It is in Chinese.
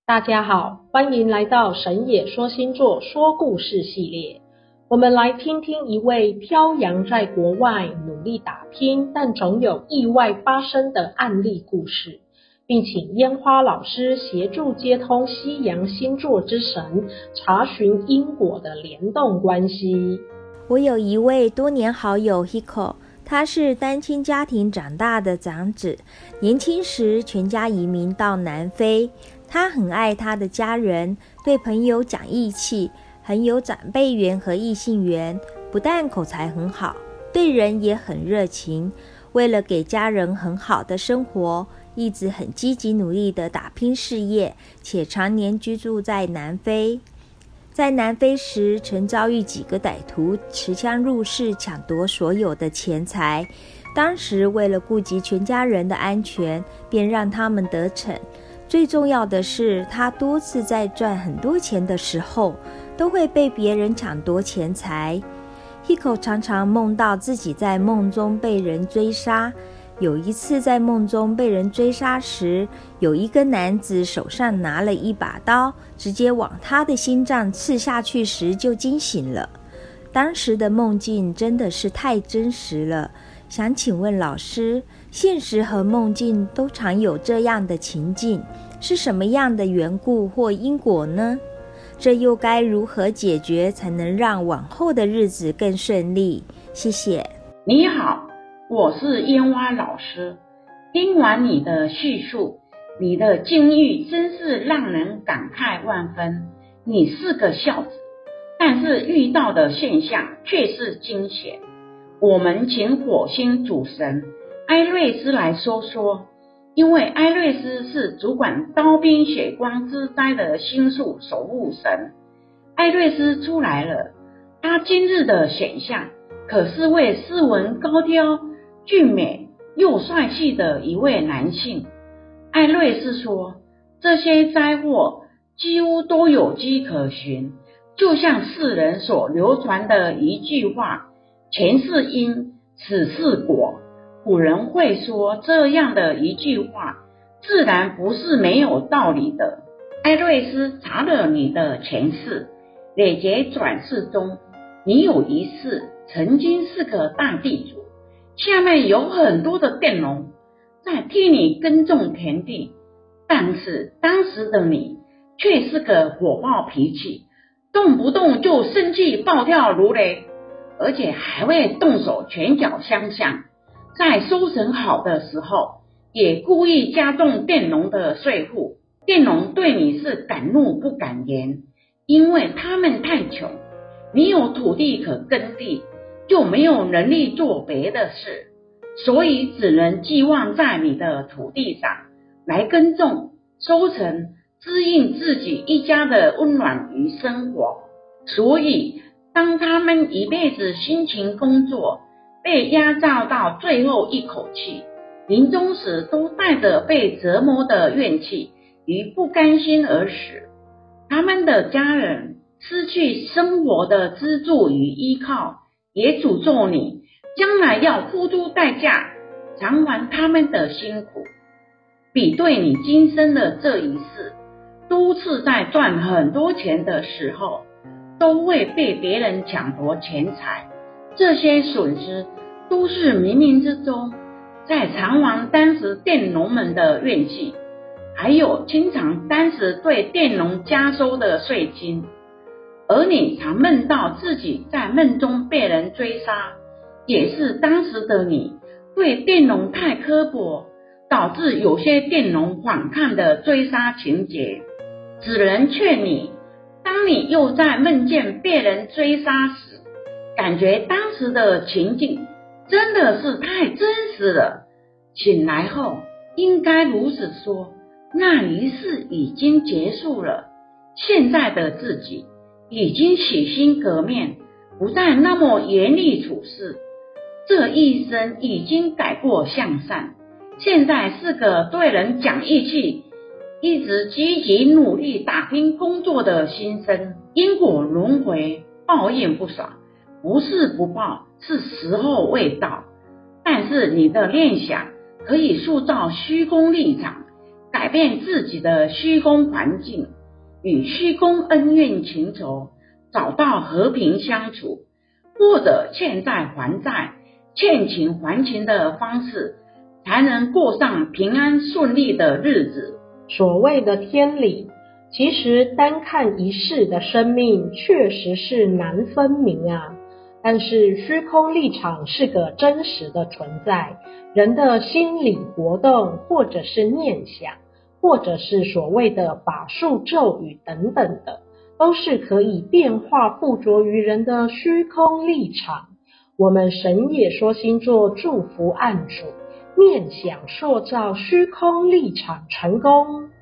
大家好，欢迎来到神野说星座说故事系列。我们来听听一位漂洋在国外努力打拼，但总有意外发生的案例故事，并请烟花老师协助接通西洋星座之神，查询因果的联动关系。 我有一位多年好友 Hiko， 他是单亲家庭长大的长子，年轻时全家移民到南非。他很爱他的家人，对朋友讲义气，很有长辈缘和异性缘，不但口才很好，对人也很热情。为了给家人很好的生活，一直很积极努力地打拼事业，且常年居住在南非。在南非时，曾遭遇几个歹徒持枪入室，抢夺所有的钱财。当时为了顾及全家人的安全，便让他们得逞。最重要的是，他多次在赚很多钱的时候，都会被别人抢夺钱财。Hiko 常常梦到自己在梦中被人追杀。有一次在梦中被人追杀时，有一个男子手上拿了一把刀，直接往他的心脏刺下去时就惊醒了。当时的梦境真的是太真实了，想请问老师，现实和梦境都常有这样的情境，是什么样的缘故或因果呢？这又该如何解决才能让往后的日子更顺利？谢谢。 你好，我是烟花老师。听完你的叙述，你的境遇真是让人感慨万分。你是个孝子，但是遇到的现象却是惊险。我们请火星主神艾瑞斯来说说，因为艾瑞斯是主管刀兵血光之灾的星宿守护神。艾瑞斯出来了，他今日的显象可是位斯文高挑、俊美又帅气的一位男性。艾瑞斯说，这些灾祸几乎都有迹可循，就像世人所流传的一句话，前世因，此世果。古人会说这样的一句话，自然不是没有道理的。艾瑞斯查了你的前世，累劫转世中，你有一世曾经是个大地主，下面有很多的佃农在替你耕种田地，但是当时的你却是个火爆脾气，动不动就生气暴跳如雷，而且还会动手拳脚相向。在收成好的时候，也故意加重佃农的税负。佃农对你是敢怒不敢言，因为他们太穷，你有土地可耕地，就没有能力做别的事，所以只能寄望在你的土地上来耕种收成，滋应自己一家的温暖与生活。所以当他们一辈子辛勤工作，被压榨到最后一口气，临终时都带着被折磨的怨气与不甘心而死。他们的家人失去生活的支柱与依靠，也诅咒你将来要付出代价偿还他们的辛苦。比对你今生的这一世，多次在赚很多钱的时候，都会被别人抢夺钱财，这些损失都是冥冥之中在偿还当时佃农们的怨气，还有清偿当时对佃农加收的税金。而你常梦到自己在梦中被人追杀，也是当时的你对佃农太刻薄，导致有些佃农反抗的追杀情节。只能劝你，当你又在梦见被人追杀时，感觉当时的情景真的是太真实了，醒来后应该如此说，那一世已经结束了，现在的自己已经洗心革面，不再那么严厉处事，这一生已经改过向善，现在是个对人讲义气，一直积极努力打拼工作的新生。因果轮回，报应不爽，不是不报，是时候未到。但是你的念想可以塑造虚空立场， 改变自己的虚空环境，与虚空恩怨情仇找到和平相处，或者欠债还债、欠情还情的方式，才能过上平安顺利的日子。 所谓的天理，其实单看一世的生命确实是难分明啊。但是虚空立场是个真实的存在，人的心理活动，或者是念想，或者是所谓的法术咒语等等的，都是可以变化附着于人的虚空立场。我们神野说星座祝福案主，念想塑造虚空立场成功。